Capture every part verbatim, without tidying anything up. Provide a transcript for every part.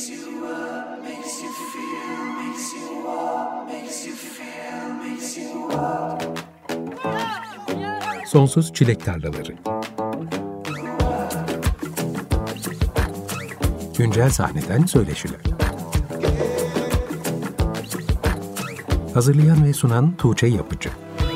makes you up, makes you feel, makes you walk, makes you feel, makes you walk. Sonsuz Çilek Tarlaları. Güncel sahneden söyleşiler. Hazırlayan ve sunan Tuğçe Yapıcı.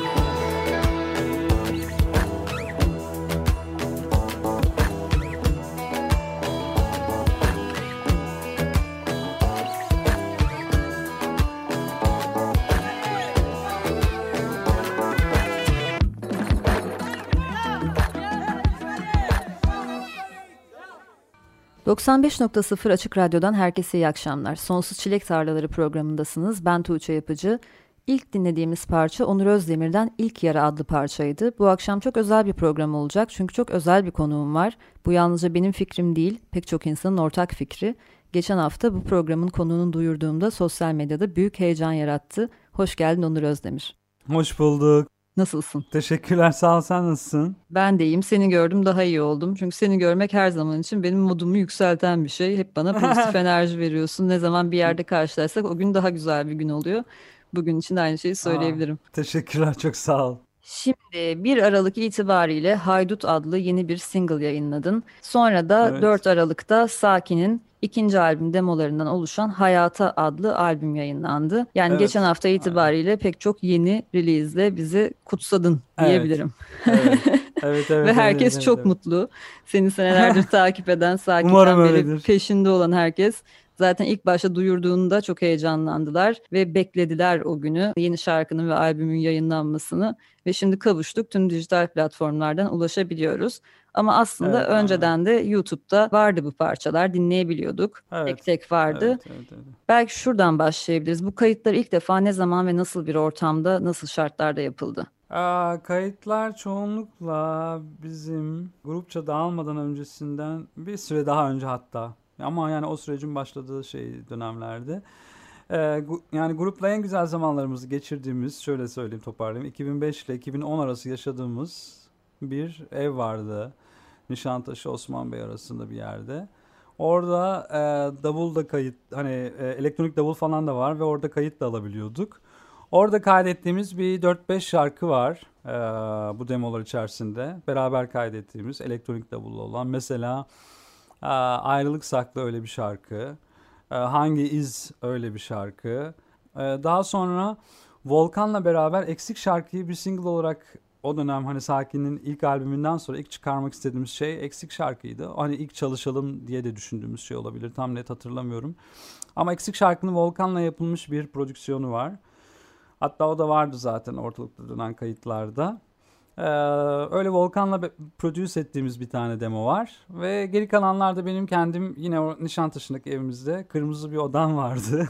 doksan beş nokta sıfır Açık Radyo'dan herkese iyi akşamlar. Sonsuz Çilek Tarlaları programındasınız. Ben Tuğçe Yapıcı. İlk dinlediğimiz parça Onur Özdemir'den İlk Yara adlı parçaydı. Bu akşam çok özel bir program olacak çünkü çok özel bir konuğum var. Bu yalnızca benim fikrim değil, pek çok insanın ortak fikri. Geçen hafta bu programın konuğunu duyurduğumda sosyal medyada büyük heyecan yarattı. Hoş geldin Onur Özdemir. Hoş bulduk. Nasılsın? Teşekkürler, sağ ol, sen nasılsın? Ben de iyiyim. Seni gördüm, daha iyi oldum. Çünkü seni görmek her zaman için benim modumu yükselten bir şey. Hep bana pozitif enerji veriyorsun. Ne zaman bir yerde karşılaşsak o gün daha güzel bir gün oluyor. Bugün için de aynı şeyi söyleyebilirim. Aa, teşekkürler, çok sağ ol. Şimdi bir Aralık itibariyle Haydut adlı yeni bir single yayınladın. Sonra da Evet. dört Aralık'ta Sakin'in ikinci albüm demolarından oluşan Hayata adlı albüm yayınlandı. Yani Evet. geçen hafta itibariyle pek çok yeni release'le bizi kutsadın diyebilirim. Evet, evet, evet. Ve herkes evet, çok evet. mutlu. Seni senelerdir takip eden, Sakin'den Umarım beri öyledir. peşinde olan herkes zaten ilk başta duyurduğunda çok heyecanlandılar ve beklediler o günü, yeni şarkının ve albümün yayınlanmasını ve şimdi kavuştuk, tüm dijital platformlardan ulaşabiliyoruz. Ama aslında Evet, önceden aynen. de YouTube'da vardı bu parçalar, dinleyebiliyorduk. Evet, Tek tek vardı. Evet, evet, evet. Belki şuradan başlayabiliriz. Bu kayıtlar ilk defa ne zaman ve nasıl bir ortamda, nasıl şartlarda yapıldı? Aa, kayıtlar çoğunlukla bizim grupça dağılmadan öncesinden bir süre daha önce hatta. Ama yani o sürecin başladığı şey dönemlerde. Ee, gu- yani grupla en güzel zamanlarımızı geçirdiğimiz, şöyle söyleyeyim, toparlayayım. iki bin beş ile iki bin on arası yaşadığımız bir ev vardı. Nişantaşı Osman Bey arasında bir yerde. Orada e, davul da kayıt, hani e, elektronik davul falan da var ve orada kayıt da alabiliyorduk. Orada kaydettiğimiz bir dört beş şarkı var e, bu demolar içerisinde. Beraber kaydettiğimiz elektronik davulla olan. Mesela e, Ayrılık Saklı öyle bir şarkı. E, Hangi İz öyle bir şarkı. E, daha sonra Volkan'la beraber Eksik şarkıyı bir single olarak o dönem hani Sakin'in ilk albümünden sonra ilk çıkarmak istediğimiz şey Eksik şarkıydı. Hani ilk çalışalım diye de düşündüğümüz şey olabilir. Tam net hatırlamıyorum. Ama Eksik şarkının Volkan'la yapılmış bir prodüksiyonu var. Hatta o da vardı zaten ortalıkta dönen kayıtlarda. Ee, öyle Volkan'la be- produce ettiğimiz bir tane demo var. Ve geri kalanlarda benim kendim yine o Nişantaşı'ndaki evimizde kırmızı bir odam vardı.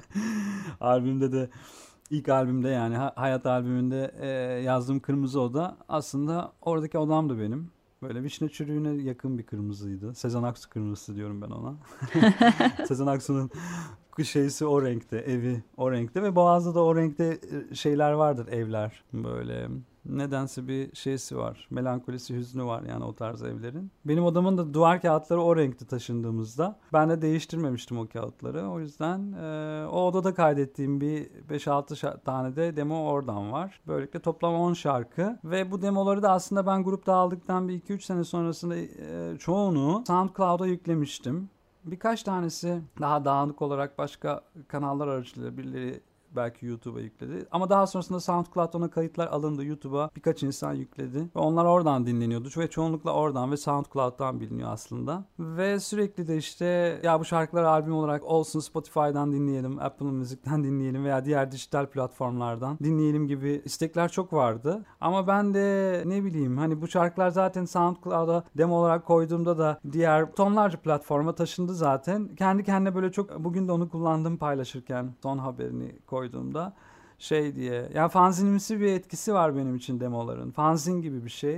Albümde de ilk albümde yani Hayat albümünde e, yazdığım kırmızı oda aslında oradaki odamdı benim. Böyle vişne çürüğüne yakın bir kırmızıydı. Sezen Aksu kırmızısı diyorum ben ona. Sezen Aksu'nun şeysi o renkte, evi o renkte ve Boğaz'da da o renkte şeyler vardır, evler. Böyle nedense bir şeysi var. Melankolisi, hüznü var yani o tarz evlerin. Benim odamın da duvar kağıtları o renkte taşındığımızda. Ben de değiştirmemiştim o kağıtları. O yüzden e, o odada kaydettiğim bir beş altı şa- tane de demo oradan var. Böylelikle toplam on şarkı. Ve bu demoları da aslında ben grup dağıldıktan bir iki üç sene sonrasında e, çoğunu SoundCloud'a yüklemiştim. Birkaç tanesi daha dağınık olarak başka kanallar aracılığıyla birileri belki YouTube'a yükledi. Ama daha sonrasında SoundCloud ona kayıtlar alındı. YouTube'a birkaç insan yükledi. Ve onlar oradan dinleniyordu. Ve çoğunlukla oradan ve SoundCloud'dan biliniyor aslında. Ve sürekli de işte ya bu şarkılar albüm olarak olsun, Spotify'dan dinleyelim, Apple Music'ten dinleyelim veya diğer dijital platformlardan dinleyelim gibi istekler çok vardı. Ama ben de ne bileyim hani bu şarkılar zaten SoundCloud'a demo olarak koyduğumda da diğer tonlarca platforma taşındı zaten. Kendi kendine böyle çok, bugün de onu kullandım paylaşırken son haberini koyduğumda şey diye. Yani fanzinimsi bir etkisi var benim için demoların. Fanzin gibi bir şey.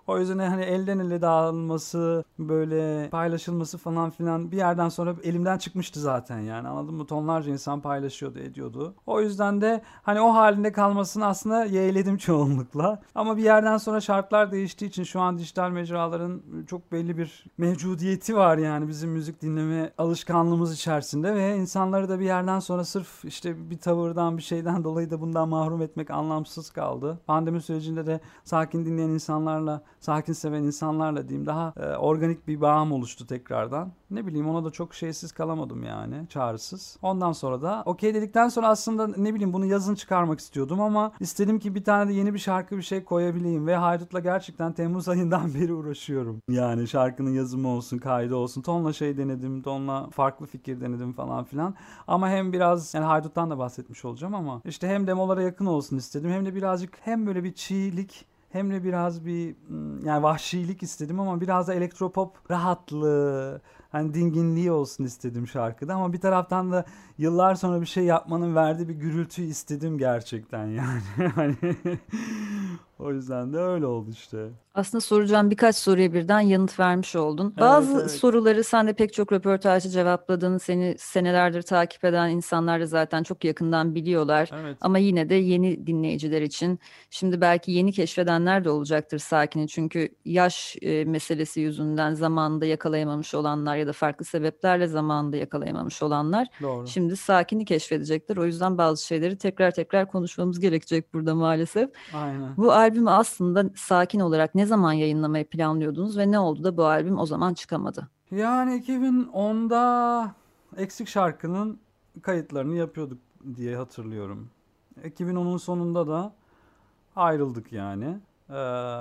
O yüzden hani elden ele dağılması, böyle paylaşılması falan filan bir yerden sonra elimden çıkmıştı zaten yani, anladın mı? Tonlarca insan paylaşıyordu, ediyordu. O yüzden de hani o halinde kalmasını aslında yeğledim çoğunlukla. Ama bir yerden sonra şartlar değiştiği için şu an dijital mecraların çok belli bir mevcudiyeti var yani bizim müzik dinleme alışkanlığımız içerisinde ve insanları da bir yerden sonra sırf işte bir tavırdan, bir şeyden dolayı da bundan mahrum etmek anlamsız kaldı. Pandemi sürecinde de sakin dinleyen insanlarla, sakin seven insanlarla diyeyim daha e, organik bir bağım oluştu tekrardan. Ne bileyim, ona da çok şeysiz kalamadım yani, çağrısız. Ondan sonra da okey dedikten sonra aslında ne bileyim bunu yazın çıkarmak istiyordum ama istedim ki bir tane de yeni bir şarkı bir şey koyabileyim ve Haydut'la gerçekten Temmuz ayından beri uğraşıyorum. Yani şarkının yazımı olsun, kaydı olsun. Tonla şey denedim, tonla farklı fikir denedim falan filan. Ama hem biraz yani Haydut'tan da bahsetmiş olacağım ama işte hem demolara yakın olsun istedim hem de birazcık hem böyle bir çiğlik hem de biraz bir yani vahşilik istedim ama biraz da elektropop rahatlığı, hani dinginliği olsun istedim şarkıda ama bir taraftan da yıllar sonra bir şey yapmanın verdiği bir gürültüyü istedim gerçekten yani. Hani o yüzden de öyle oldu işte. Aslında soracağım birkaç soruya birden yanıt vermiş oldun. Evet, Bazı evet. soruları sen de pek çok röportajda cevapladın. Seni senelerdir takip eden insanlar da zaten çok yakından biliyorlar. Evet. Ama yine de yeni dinleyiciler için, şimdi belki yeni keşfedenler de olacaktır Sakin'i. Çünkü yaş e, meselesi yüzünden zamanında yakalayamamış olanlar ya da farklı sebeplerle zamanında yakalayamamış olanlar Doğru. şimdi Sakin'i keşfedecekler. O yüzden bazı şeyleri tekrar tekrar konuşmamız gerekecek burada maalesef. Aynen. Bu albümü aslında Sakin olarak ne zaman yayınlamayı planlıyordunuz ve ne oldu da bu albüm o zaman çıkamadı? Yani iki bin onda Eksik Şarkı'nın kayıtlarını yapıyorduk diye hatırlıyorum. iki bin onun sonunda da ayrıldık yani. Ee,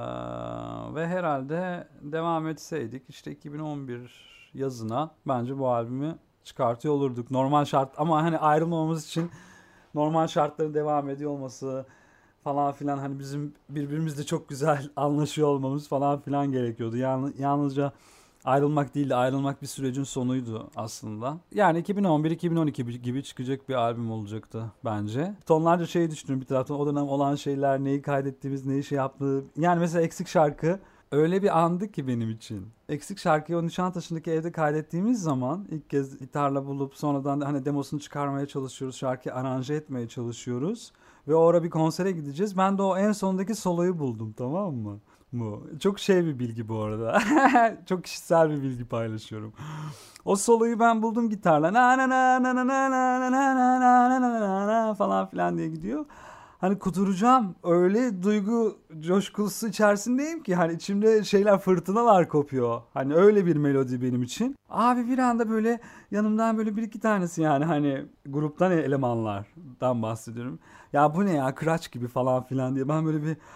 ve herhalde devam etseydik işte iki bin on bir yazına bence bu albümü çıkartıyor olurduk. Normal şart ama hani ayrılmamamız için normal şartların devam ediyor olması falan filan, hani bizim birbirimizle çok güzel anlaşıyor olmamız falan filan gerekiyordu. Yani yalnızca ayrılmak değil de ayrılmak bir sürecin sonuydu aslında. Yani iki bin on bir iki bin on iki gibi çıkacak bir albüm olacaktı bence. Tonlarca şey düşünüyorum bir taraftan, o dönem olan şeyler, neyi kaydettiğimiz, neyi şey yaptığı. Yani mesela Eksik Şarkı öyle bir andı ki benim için. Eksik Şarkıyı o Nişantaşı'ndaki evde kaydettiğimiz zaman ilk kez gitarla bulup sonradan hani demosunu çıkarmaya çalışıyoruz. Şarkıyı aranje etmeye çalışıyoruz. Ve orada bir konsere gideceğiz. Ben de o en sondaki soloyu buldum, tamam mı? Bu. Çok şey bir bilgi bu arada. Çok kişisel bir bilgi paylaşıyorum. O soloyu ben buldum gitarla. Na na na na na na na na na na na na na falan filan diye gidiyor. Hani kuduracağım. Öyle duygu coşkusu içerisindeyim ki hani içimde şeyler, fırtınalar kopuyor. Hani öyle bir melodi benim için. Abi bir anda böyle yanımdan böyle bir iki tanesi, yani hani gruptan elemanlardan bahsediyorum. Ya bu ne ya, kıraç gibi falan filan diye ben böyle bir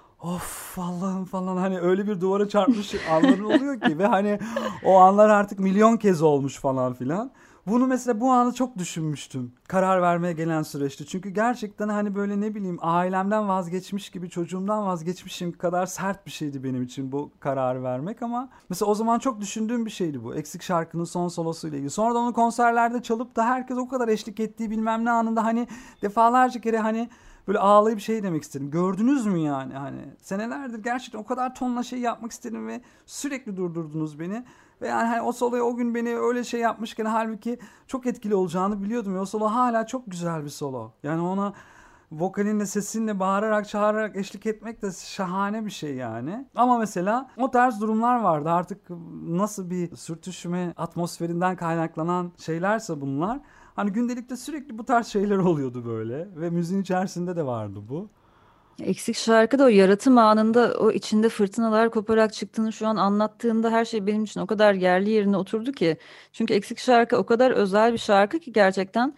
of Allah'ım falan, hani öyle bir duvara çarpmış anların oluyor ki ve hani o anlar artık milyon kez olmuş falan filan. Bunu mesela bu anı çok düşünmüştüm karar vermeye gelen süreçte. Çünkü gerçekten hani böyle ne bileyim ailemden vazgeçmiş gibi, çocuğumdan vazgeçmişim kadar sert bir şeydi benim için bu kararı vermek ama mesela o zaman çok düşündüğüm bir şeydi bu. Eksik Şarkı'nın son solosuyla ilgili. Sonra da onu konserlerde çalıp da herkes o kadar eşlik ettiği bilmem ne anında hani defalarca kere hani böyle ağlayıp şey demek istedim. Gördünüz mü yani, hani senelerdir gerçekten o kadar tonla şey yapmak istedim ve sürekli durdurdunuz beni. Ve yani hani o soloya o gün beni öyle şey yapmışken halbuki çok etkili olacağını biliyordum. Ve o solo hala çok güzel bir solo. Yani ona vokalinle, sesinle, bağırarak, çağırarak eşlik etmek de şahane bir şey yani. Ama mesela o tarz durumlar vardı. Artık nasıl bir sürtüşme atmosferinden kaynaklanan şeylerse bunlar. Hani gündelikte sürekli bu tarz şeyler oluyordu böyle. Ve müziğin içerisinde de vardı bu. Eksik Şarkı'da o yaratım anında o içinde fırtınalar koparak çıktığını şu an anlattığında her şey benim için o kadar yerli yerine oturdu ki. Çünkü Eksik Şarkı o kadar özel bir şarkı ki gerçekten.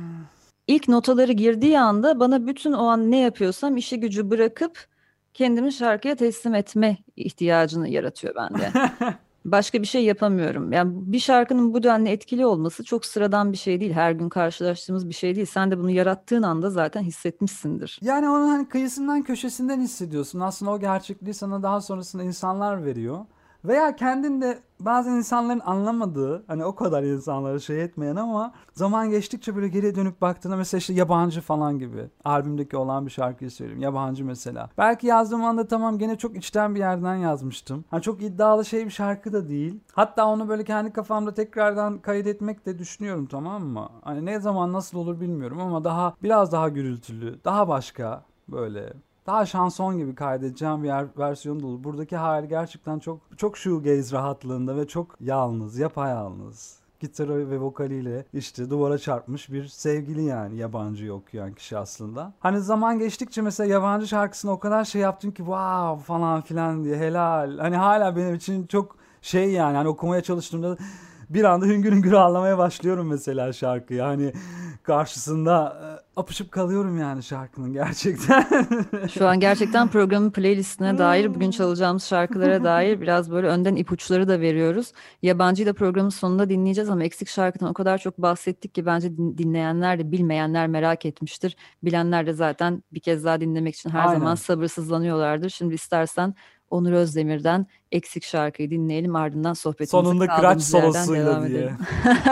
İlk notaları girdiği anda bana bütün o an ne yapıyorsam işi gücü bırakıp kendimi şarkıya teslim etme ihtiyacını yaratıyor bende. Başka bir şey yapamıyorum. Yani bir şarkının bu denli etkili olması çok sıradan bir şey değil. Her gün karşılaştığımız bir şey değil. Sen de bunu yarattığın anda zaten hissetmişsindir. Yani onun hani kıyısından köşesinden hissediyorsun. Aslında o gerçekliği sana daha sonrasında insanlar veriyor. Veya kendin de bazen insanların anlamadığı, hani o kadar insanlara şey etmeyen ama zaman geçtikçe böyle geriye dönüp baktığında mesela işte Yabancı falan gibi albümdeki olan bir şarkıyı söyleyeyim. Yabancı mesela. Belki yazdığım anda tamam gene çok içten bir yerden yazmıştım. Hani çok iddialı şey bir şarkı da değil. Hatta onu böyle kendi kafamda tekrardan kaydetmek de düşünüyorum, tamam mı? Hani ne zaman nasıl olur bilmiyorum ama daha biraz daha gürültülü, daha başka böyle daha şanson gibi kaydedeceğim bir yer, versiyonu da olur. Buradaki hali gerçekten çok çok shoegaze rahatlığında ve çok yalnız, yapayalnız. Gitarı ve vokaliyle işte duvara çarpmış bir sevgili, yani yabancıyı okuyan kişi aslında. Hani zaman geçtikçe mesela Yabancı şarkısına o kadar şey yaptım ki wow falan filan diye, helal. Hani hala benim için çok şey, yani hani okumaya çalıştığımda bir anda hüngür hüngür ağlamaya başlıyorum mesela şarkıyı. Hani karşısında apışıp kalıyorum yani şarkının gerçekten. Şu an gerçekten programın playlistine dair, bugün çalacağımız şarkılara dair biraz böyle önden ipuçları da veriyoruz. Yabancıyı da programın sonunda dinleyeceğiz ama eksik şarkıdan o kadar çok bahsettik ki bence dinleyenler de bilmeyenler merak etmiştir. Bilenler de zaten bir kez daha dinlemek için her Aynen. zaman sabırsızlanıyorlardır. Şimdi istersen Onur Özdemir'den Eksik şarkıyı dinleyelim, ardından sohbetimize sonunda kaldığımız kıraç yerden solosuyla devam diye. edelim.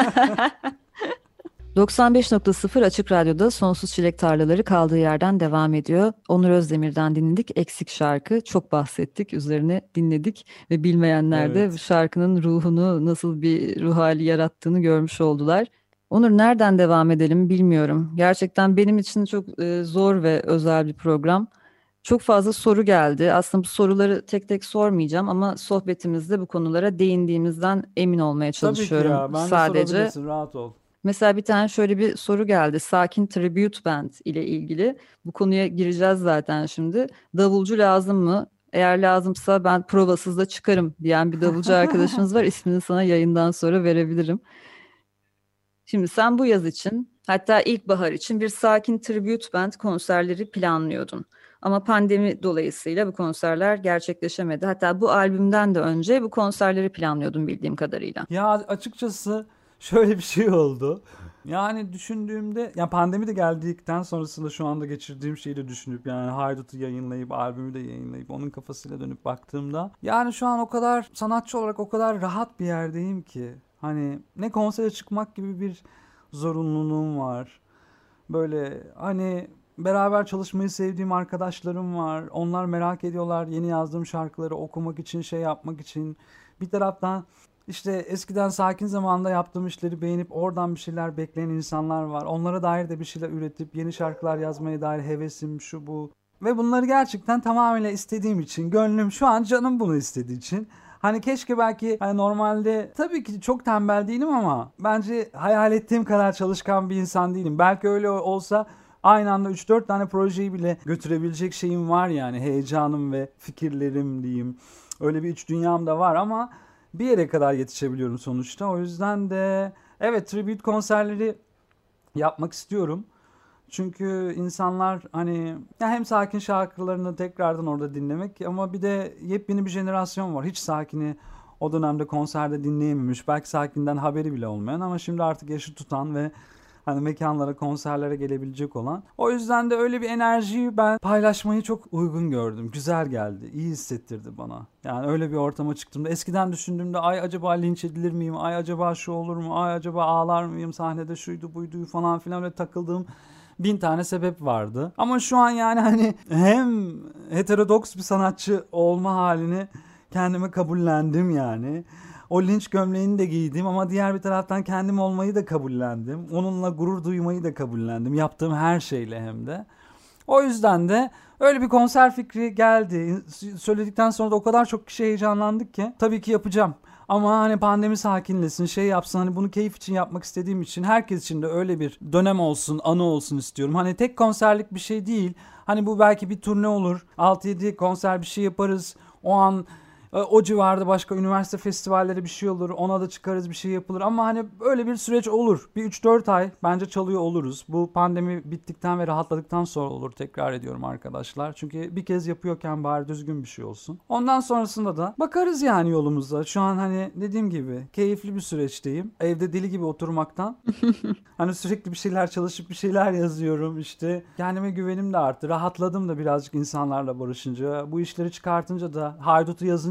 doksan beş nokta sıfır Açık Radyo'da Sonsuz Çilek Tarlaları kaldığı yerden devam ediyor. Onur Özdemir'den dinledik. Eksik şarkı. Çok bahsettik, üzerine dinledik ve bilmeyenler de Evet. bu şarkının ruhunu, nasıl bir ruh hali yarattığını görmüş oldular. Onur, nereden devam edelim bilmiyorum. Gerçekten benim için çok e, zor ve özel bir program. Çok fazla soru geldi. Aslında bu soruları tek tek sormayacağım ama sohbetimizde bu konulara değindiğimizden emin olmaya Tabii ki çalışıyorum ya. Ben de sadece. sorabilirsin. Rahat ol. Mesela bir tane şöyle bir soru geldi. Sakin Tribute Band ile ilgili. Bu konuya gireceğiz zaten şimdi. Davulcu lazım mı? Eğer lazımsa ben provasız da çıkarım diyen bir davulcu arkadaşımız var. İsmini sana yayından sonra verebilirim. Şimdi sen bu yaz için, hatta ilkbahar için bir Sakin Tribute Band konserleri planlıyordun. Ama pandemi dolayısıyla bu konserler gerçekleşemedi. Hatta bu albümden de önce bu konserleri planlıyordun bildiğim kadarıyla. Ya açıkçası şöyle bir şey oldu. Yani düşündüğümde, ya pandemi de geldikten sonrasında şu anda geçirdiğim şeyi de düşünüp, yani Haydut'u yayınlayıp, albümü de yayınlayıp onun kafasıyla dönüp baktığımda, yani şu an o kadar sanatçı olarak o kadar rahat bir yerdeyim ki, hani ne konsere çıkmak gibi bir zorunluluğum var. Böyle hani beraber çalışmayı sevdiğim arkadaşlarım var. Onlar merak ediyorlar yeni yazdığım şarkıları okumak için, şey yapmak için. Bir taraftan İşte eskiden sakin zamanda yaptığım işleri beğenip oradan bir şeyler bekleyen insanlar var. Onlara dair de bir şeyler üretip yeni şarkılar yazmaya dair hevesim şu bu. Ve bunları gerçekten tamamıyla istediğim için, gönlüm şu an canım bunu istediği için. Hani keşke belki hani normalde tabii ki çok tembel değilim ama bence hayal ettiğim kadar çalışkan bir insan değilim. Belki öyle olsa aynı anda üç dört tane projeyi bile götürebilecek şeyim var, yani heyecanım ve fikirlerim diyeyim. Öyle bir iç dünyam da var ama bir yere kadar yetişebiliyorum sonuçta. O yüzden de evet, tribute konserleri yapmak istiyorum. Çünkü insanlar hani ya hem Sakin şarkılarını tekrardan orada dinlemek ama bir de yepyeni bir jenerasyon var. Hiç Sakin'i o dönemde konserde dinleyememiş. Belki Sakin'den haberi bile olmayan ama şimdi artık yaşı tutan ve hani mekanlara, konserlere gelebilecek olan. O yüzden de öyle bir enerjiyi ben paylaşmayı çok uygun gördüm. Güzel geldi. İyi hissettirdi bana. Yani öyle bir ortama çıktığımda, eskiden düşündüğümde ay acaba linç edilir miyim? Ay acaba şu olur mu? Ay acaba ağlar mıyım? Sahnede şuydu buydu falan filan öyle takıldığım bin tane sebep vardı. Ama şu an yani hani hem heterodoks bir sanatçı olma halini kendime kabullendim yani. O linç gömleğini de giydim ama diğer bir taraftan kendim olmayı da kabullendim. Onunla gurur duymayı da kabullendim. Yaptığım her şeyle hem de. O yüzden de öyle bir konser fikri geldi. Söyledikten sonra da o kadar çok kişi heyecanlandık ki tabii ki yapacağım. Ama hani pandemi sakinlesin, şey yapsın, hani bunu keyif için yapmak istediğim için, herkes için de öyle bir dönem olsun, anı olsun istiyorum. Hani tek konserlik bir şey değil. Hani bu belki bir turne olur. altı yedi konser bir şey yaparız. O an o civarda başka üniversite festivalleri bir şey olur. Ona da çıkarız, bir şey yapılır. Ama hani böyle bir süreç olur. Bir üç dört ay bence çalıyor oluruz. Bu pandemi bittikten ve rahatladıktan sonra olur, tekrar ediyorum arkadaşlar. Çünkü bir kez yapıyorken bari düzgün bir şey olsun. Ondan sonrasında da bakarız yani yolumuza. Şu an hani dediğim gibi keyifli bir süreçteyim. Evde deli gibi oturmaktan. Hani sürekli bir şeyler çalışıp bir şeyler yazıyorum işte. Kendime güvenim de arttı. Rahatladım da birazcık insanlarla barışınca. Bu işleri çıkartınca da, Haydut'u yazınca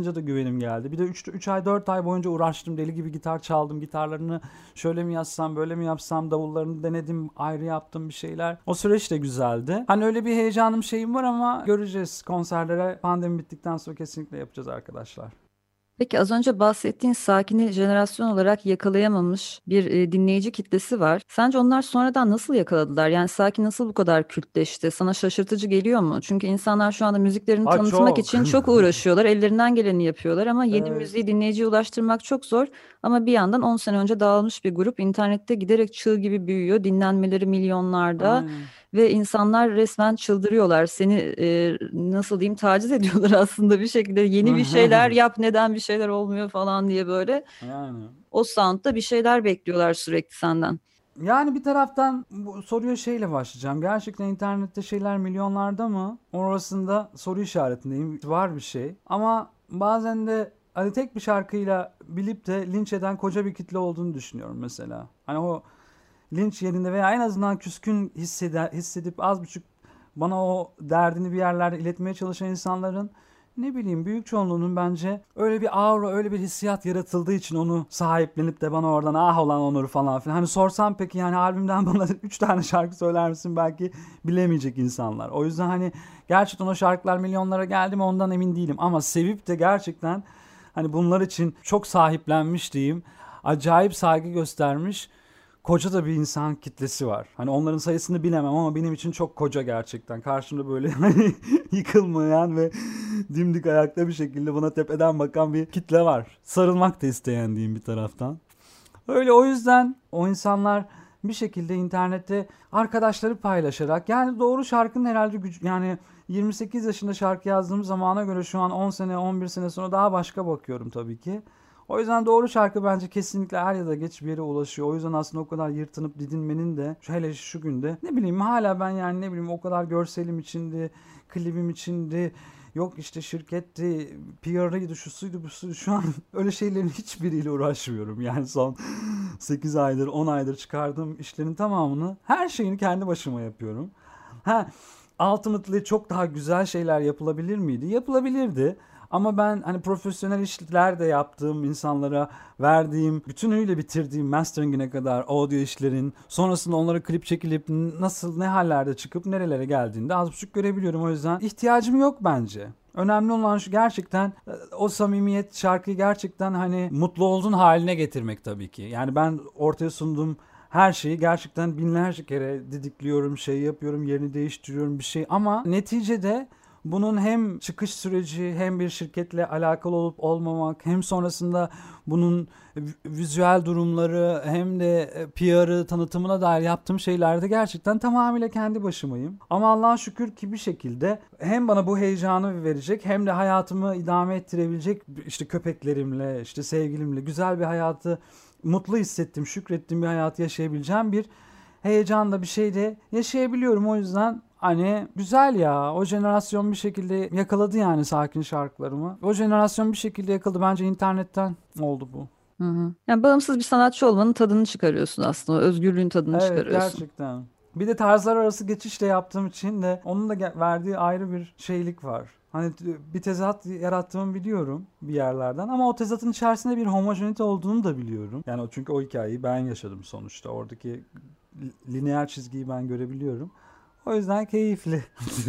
olunca da güvenim geldi. Bir de üç ay dört ay boyunca uğraştım. Deli gibi gitar çaldım. Gitarlarını şöyle mi yazsam böyle mi yapsam, davullarını denedim, ayrı yaptım bir şeyler. O süreç de güzeldi. Hani öyle bir heyecanım şeyim var ama göreceğiz. Konserlere pandemi bittikten sonra kesinlikle yapacağız arkadaşlar. Peki az önce bahsettiğin Sakin'i jenerasyon olarak yakalayamamış bir e, dinleyici kitlesi var. Sence onlar sonradan nasıl yakaladılar? Yani Sakin nasıl bu kadar kültleşti? Sana şaşırtıcı geliyor mu? Çünkü insanlar şu anda müziklerini Aa, tanıtmak çok. için çok uğraşıyorlar. Ellerinden geleni yapıyorlar ama yeni Evet. müziği dinleyiciye ulaştırmak çok zor. Ama bir yandan on sene önce dağılmış bir grup internette giderek çığ gibi büyüyor. Dinlenmeleri milyonlarda. Aynen. Ve insanlar resmen çıldırıyorlar. Seni e, nasıl diyeyim taciz ediyorlar aslında bir şekilde. Yeni bir şeyler yap, neden bir şeyler olmuyor falan diye böyle. Yani. O sound'da bir şeyler bekliyorlar sürekli senden. Yani bir taraftan bu soruya şeyle başlayacağım. Gerçekten internette şeyler milyonlarda mı? Orasında soru işaretindeyim. Var bir şey. Ama bazen de hani tek bir şarkıyla bilip de linç eden koca bir kitle olduğunu düşünüyorum mesela. Hani o linç yerinde veya en azından küskün hisseder, hissedip az buçuk bana o derdini bir yerlerde iletmeye çalışan insanların ne bileyim büyük çoğunluğunun bence öyle bir aura, öyle bir hissiyat yaratıldığı için onu sahiplenip de bana oradan ah olan Onur falan filan. Hani sorsam peki yani albümden bana üç tane şarkı söyler misin belki bilemeyecek insanlar. O yüzden hani gerçekten o şarkılar milyonlara geldi mi ondan emin değilim. Ama sevip de gerçekten hani bunlar için çok sahiplenmiş diyeyim. Acayip saygı göstermiş koca da bir insan kitlesi var. Hani onların sayısını bilemem ama benim için çok koca gerçekten. Karşımda böyle hani yıkılmayan ve dimdik ayakta bir şekilde bana tepeden bakan bir kitle var. Sarılmak da isteyen diyeyim bir taraftan. Öyle o yüzden o insanlar bir şekilde internette arkadaşları paylaşarak yani doğru şarkının herhalde gücü yani yirmi sekiz yaşında şarkı yazdığım zamana göre şu an on sene on bir sene sonra daha başka bakıyorum tabii ki. O yüzden doğru şarkı bence kesinlikle er ya da geç bir yere ulaşıyor. O yüzden aslında o kadar yırtınıp didinmenin de hele şu günde ne bileyim hala ben yani ne bileyim o kadar görselim içindi, klibim içindi, yok işte şirketti, P R'ıydı, şusuydu, busuydu. Şu an öyle şeylerin hiçbiriyle uğraşmıyorum. Yani son sekiz aydır, on aydır çıkardığım işlerin tamamını, her şeyini kendi başıma yapıyorum. Ha, ultimately çok daha güzel şeyler yapılabilir miydi? Yapılabilirdi. Ama ben hani profesyonel işler de yaptığım insanlara verdiğim, bütünüyle bitirdiğim masteringine kadar audio işlerin sonrasında onlara klip çekilip nasıl ne hallerde çıkıp nerelere geldiğinde az buçuk görebiliyorum. O yüzden ihtiyacım yok bence. Önemli olan şu gerçekten o samimiyet, şarkıyı gerçekten hani mutlu olduğun haline getirmek tabii ki. Yani ben ortaya sunduğum her şeyi gerçekten binlerce kere didikliyorum, şey yapıyorum, yerini değiştiriyorum bir şey ama neticede bunun hem çıkış süreci hem bir şirketle alakalı olup olmamak hem sonrasında bunun vizüel durumları hem de P R'ı tanıtımına dair yaptığım şeylerde gerçekten tamamıyla kendi başımayım. Ama Allah'a şükür ki bir şekilde hem bana bu heyecanı verecek hem de hayatımı idame ettirebilecek işte köpeklerimle işte sevgilimle güzel bir hayatı mutlu hissettim, şükrettiğim bir hayatı yaşayabileceğim bir heyecanla bir şey de yaşayabiliyorum. O yüzden hani güzel ya. O jenerasyon bir şekilde yakaladı yani Sakin şarkılarımı. O jenerasyon bir şekilde yakaladı. Bence internetten oldu bu. Hı hı. Yani bağımsız bir sanatçı olmanın tadını çıkarıyorsun aslında. Özgürlüğün tadını Evet, çıkarıyorsun. gerçekten. Bir de tarzlar arası geçiş de yaptığım için de onun da verdiği ayrı bir şeylik var. Hani bir tezat yarattığımı biliyorum bir yerlerden ama o tezatın içerisinde bir homojenite olduğunu da biliyorum. Yani çünkü o hikayeyi ben yaşadım sonuçta. Oradaki lineer çizgiyi ben görebiliyorum. O yüzden keyifli.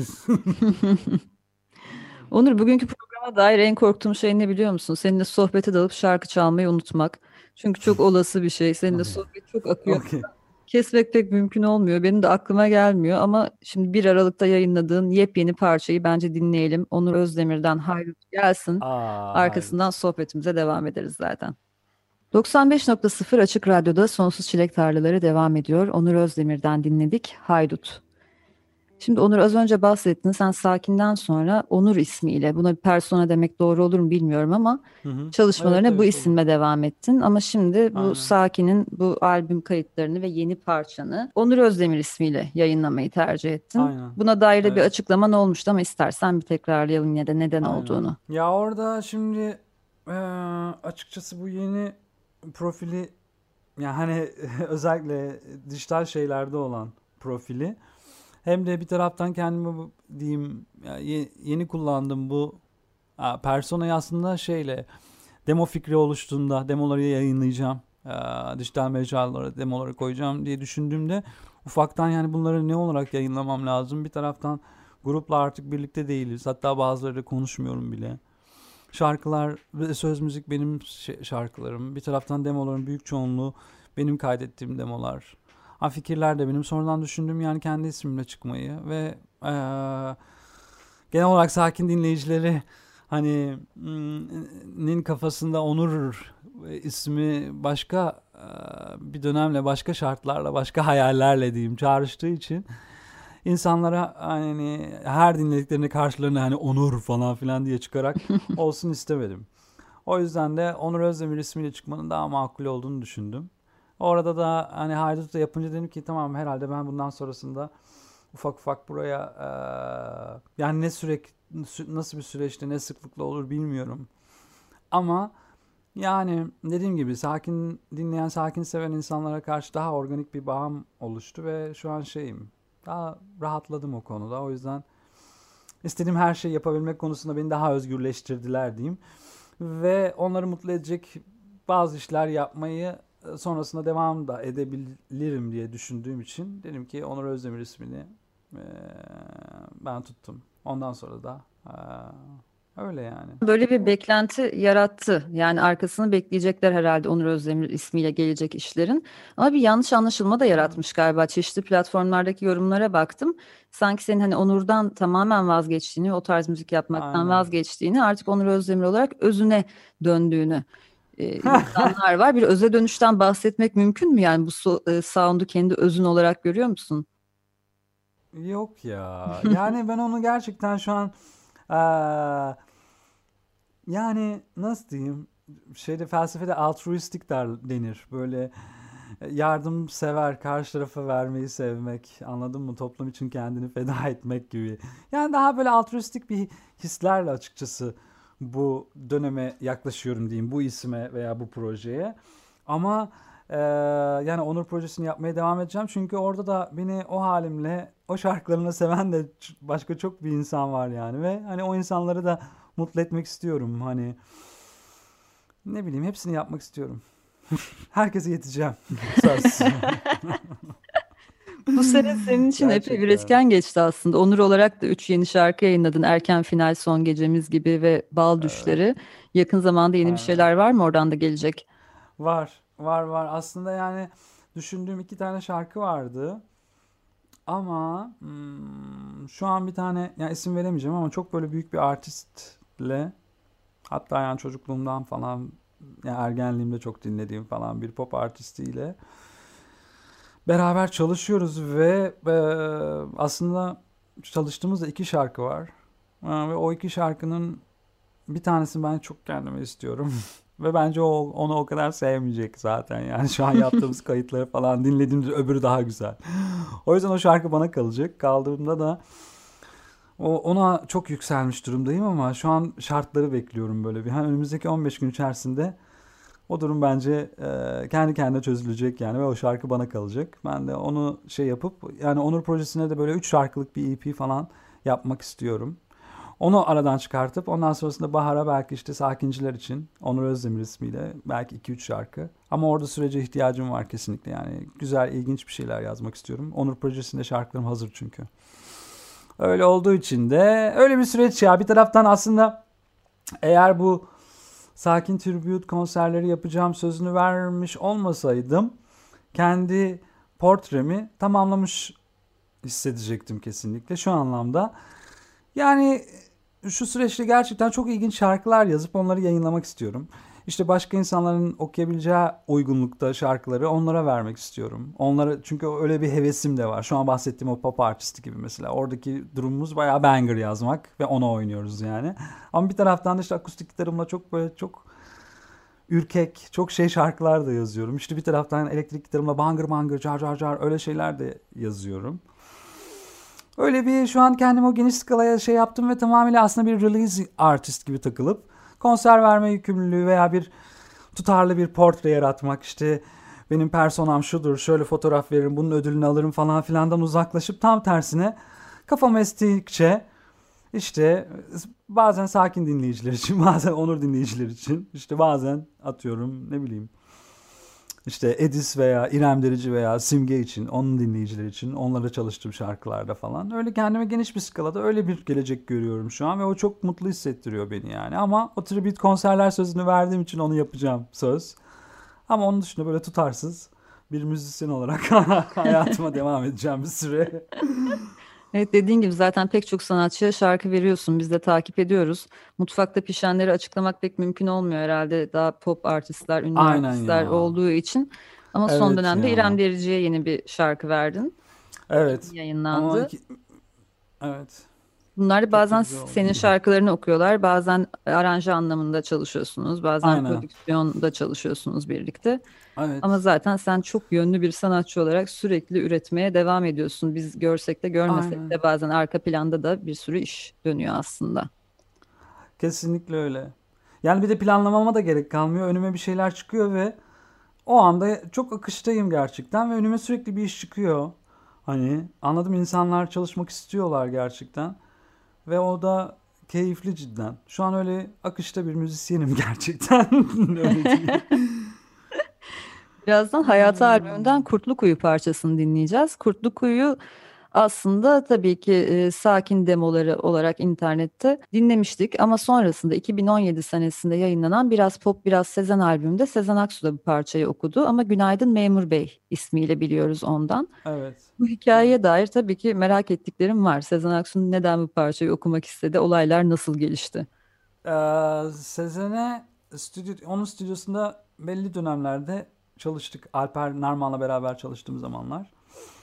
Onur, bugünkü programa dair en korktuğum şey ne biliyor musun? Seninle sohbete dalıp şarkı çalmayı unutmak. Çünkü çok olası bir şey. Seninle sohbet çok akıyor. Okay. Kesmek pek mümkün olmuyor. Benim de aklıma gelmiyor ama şimdi bir Aralık'ta yayınladığın yepyeni parçayı bence dinleyelim. Onur Özdemir'den Haydut gelsin. Aa, Arkasından hayır. sohbetimize devam ederiz zaten. doksan beş nokta sıfır Açık Radyo'da Sonsuz Çilek Tarlaları devam ediyor. Onur Özdemir'den dinledik Haydut. Şimdi Onur az önce bahsettin. Sen Sakin'den sonra Onur ismiyle, buna bir persona demek doğru olur mu bilmiyorum ama Hı hı. çalışmalarına Evet, bu evet, isimle devam ettin. Ama şimdi bu Aynen. Sakin'in bu albüm kayıtlarını ve yeni parçanı Onur Özdemir ismiyle yayınlamayı tercih ettin. Aynen. Buna dair de bir Evet. açıklaman olmuştu ama istersen bir tekrarlayalım yine de neden Aynen. olduğunu. Ya orada şimdi eee, açıkçası bu yeni profili yani hani özellikle dijital şeylerde olan profili hem de bir taraftan kendimi bu- diyeyim ya ye- yeni kullandığım bu Persona'yı aslında şeyle demo fikri oluştuğunda demoları yayınlayacağım. Dijital mecralara demoları koyacağım diye düşündüğümde ufaktan yani bunları ne olarak yayınlamam lazım? Bir taraftan grupla artık birlikte değiliz. Hatta bazılarıyla konuşmuyorum bile. Şarkılar ve söz müzik benim şarkılarım. Bir taraftan demoların büyük çoğunluğu benim kaydettiğim demolar. Ha, fikirler de benim. Sonradan düşündüğüm yani kendi ismimle çıkmayı ve ee, genel olarak sakin dinleyicileri hani nin kafasında Onur ismi başka bir dönemle, başka şartlarla, başka hayallerle diyeyim çağrıştığı için insanlara hani her dinlediklerinde karşılarına hani Onur falan filan diye çıkarak olsun istemedim. O yüzden de Onur Özdemir ismiyle çıkmanın daha makul olduğunu düşündüm. Orada da hani Haydut'ta yapınca dedim ki tamam herhalde ben bundan sonrasında ufak ufak buraya e, yani ne sürek nasıl bir süreçte ne sıklıkla olur bilmiyorum. Ama yani dediğim gibi sakin dinleyen, sakin seven insanlara karşı daha organik bir bağım oluştu ve şu an şeyim, daha rahatladım o konuda. O yüzden istediğim her şeyi yapabilmek konusunda beni daha özgürleştirdiler diyeyim. Ve onları mutlu edecek bazı işler yapmayı sonrasında devam da edebilirim diye düşündüğüm için dedim ki Onur Özdemir ismini e, ben tuttum. Ondan sonra da e, öyle yani. Böyle bir beklenti yarattı. Yani arkasını bekleyecekler herhalde Onur Özdemir ismiyle gelecek işlerin. Ama bir yanlış anlaşılma da yaratmış galiba. Çeşitli platformlardaki yorumlara baktım. Sanki senin hani Onur'dan tamamen vazgeçtiğini, o tarz müzik yapmaktan Aynen. vazgeçtiğini, artık Onur Özdemir olarak özüne döndüğünü e, insanlar var. Bir öze dönüşten bahsetmek mümkün mü? Yani bu so- e, sound'u kendi özün olarak görüyor musun? Yok ya. Yani ben onu gerçekten şu an ee, yani nasıl diyeyim, şeyde felsefede altruistik der, denir. Böyle yardımsever, karşı tarafa vermeyi sevmek, anladın mı? Toplum için kendini feda etmek gibi. Yani daha böyle altruistik bir hislerle açıkçası bu döneme yaklaşıyorum diyeyim. Bu isme veya bu projeye. Ama e, yani Onur projesini yapmaya devam edeceğim. Çünkü orada da beni o halimle, o şarkılarımla seven de başka çok bir insan var yani. Ve hani o insanları da mutlu etmek istiyorum. Hani ne bileyim, hepsini yapmak istiyorum. Herkese yeteceğim. Söz. Bu sene senin için epey Gerçekten. bir etken geçti aslında. Onur olarak da üç yeni şarkı yayınladın. Erken Final, Son Gecemiz gibi ve Bal Düşleri. Yakın zamanda yeni bir Aynen. şeyler var mı oradan da gelecek? Var, var, var. Aslında yani düşündüğüm iki tane şarkı vardı. Ama hmm, şu an bir tane, yani isim veremeyeceğim ama çok böyle büyük bir artistle, hatta yani çocukluğumdan falan, yani ergenliğimde çok dinlediğim falan bir pop artistiyle beraber çalışıyoruz ve e, aslında çalıştığımızda iki şarkı var. Ha, ve o iki şarkının bir tanesini ben çok kendime istiyorum. Ve bence o onu o kadar sevmeyecek zaten. Yani şu an yaptığımız kayıtları falan dinlediğimde öbürü daha güzel. O yüzden o şarkı bana kalacak. Kaldığımda da o, ona çok yükselmiş durumdayım ama şu an şartları bekliyorum böyle bir. Yani önümüzdeki on beş gün içerisinde o durum bence e, kendi kendine çözülecek yani ve o şarkı bana kalacak. Ben de onu şey yapıp yani Onur projesine de böyle üç şarkılık bir E P falan yapmak istiyorum. Onu aradan çıkartıp ondan sonrasında bahara belki işte Sakinciler için Onur Özdemir ismiyle belki iki üç şarkı. Ama orada sürece ihtiyacım var kesinlikle. Yani güzel, ilginç bir şeyler yazmak istiyorum. Onur projesinde şarkılarım hazır çünkü. Öyle olduğu için de öyle bir süreç ya. Bir taraftan aslında eğer bu Sakin Tribute konserleri yapacağım sözünü vermiş olmasaydım kendi portremi tamamlamış hissedecektim kesinlikle şu anlamda. Yani şu süreçte gerçekten çok ilginç şarkılar yazıp onları yayınlamak istiyorum. İşte başka insanların okuyabileceği uygunlukta şarkıları onlara vermek istiyorum. Onlara, çünkü öyle bir hevesim de var. Şu an bahsettiğim o pop artisti gibi mesela. Oradaki durumumuz bayağı banger yazmak ve ona oynuyoruz yani. Ama bir taraftan da işte akustik gitarımla çok böyle çok ürkek, çok şey şarkılar da yazıyorum. İşte bir taraftan elektrik gitarımla bangır bangır, car car car öyle şeyler de yazıyorum. Öyle bir şu an kendimi o geniş skalaya şey yaptım ve tamamıyla aslında bir release artist gibi takılıp konser verme yükümlülüğü veya bir tutarlı bir portre yaratmak, işte benim personam şudur, şöyle fotoğraf veririm, bunun ödülünü alırım falan filandan uzaklaşıp tam tersine kafam estikçe İşte bazen sakin dinleyiciler için, bazen Onur dinleyiciler için, işte bazen atıyorum ne bileyim işte Edis veya İrem Derici veya Simge için, onun dinleyicileri için, onlara çalıştığım şarkılarda falan. Öyle kendime geniş bir skalada öyle bir gelecek görüyorum şu an ve o çok mutlu hissettiriyor beni yani. Ama o tribute konserler sözünü verdiğim için onu yapacağım söz. Ama onun dışında böyle tutarsız bir müzisyen olarak hayatıma devam edeceğim bir süre. Evet, dediğin gibi zaten pek çok sanatçıya şarkı veriyorsun. Biz de takip ediyoruz. Mutfakta pişenleri açıklamak pek mümkün olmuyor herhalde. Daha pop artistler, ünlü Aynen artistler ya. olduğu için. Ama son Evet dönemde ya. İrem Derici'ye yeni bir şarkı verdin. Evet. Ama Yayınlandı. iki... Evet. Bunlar da Çok da bazen güzel oldu. senin şarkılarını okuyorlar. Bazen aranje anlamında çalışıyorsunuz. Bazen Aynen. prodüksiyonda çalışıyorsunuz birlikte. Ama Evet. zaten sen çok yönlü bir sanatçı olarak sürekli üretmeye devam ediyorsun. Biz görsek de görmesek Aynen. de bazen arka planda da bir sürü iş dönüyor aslında. Kesinlikle öyle. Yani bir de planlamama da gerek kalmıyor. Önüme bir şeyler çıkıyor ve o anda çok akıştayım gerçekten ve önüme sürekli bir iş çıkıyor. Hani anladım, insanlar çalışmak istiyorlar gerçekten ve o da keyifli cidden. Şu an öyle akışta bir müzisyenim gerçekten. Öyle değil. Birazdan Hayatı albümünden Kurtlu Kuyu parçasını dinleyeceğiz. Kurtlu Kuyu aslında tabii ki e, sakin demoları olarak internette dinlemiştik ama sonrasında iki bin on yedi senesinde yayınlanan Biraz Pop Biraz Sezen albümünde Sezen Aksu da bu parçayı okudu ama Günaydın Memur Bey ismiyle biliyoruz ondan. Evet. Bu Evet. hikayeye dair tabii ki merak ettiklerim var. Sezen Aksu'nun neden bu parçayı okumak istedi? Olaylar nasıl gelişti? Ee, Sezen'e stüdyo, onun stüdyosunda belli dönemlerde çalıştık. Alper Narman'la beraber çalıştığım zamanlar.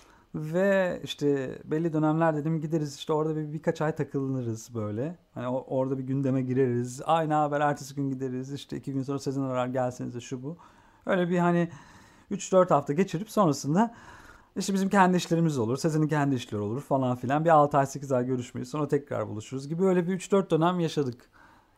Ve işte belli dönemler dedim gideriz işte orada bir birkaç ay takılırız böyle. Hani o- orada bir gündeme gireriz. Ay ne haber, ertesi gün gideriz. İşte iki gün sonra Sezen arar, gelsenize şu bu. Öyle bir hani üç dört hafta geçirip sonrasında işte bizim kendi işlerimiz olur. Sezen'in kendi işleri olur falan filan. Bir altı ay sekiz ay görüşmeyiz. Sonra tekrar buluşuruz gibi öyle bir üç dört dönem yaşadık.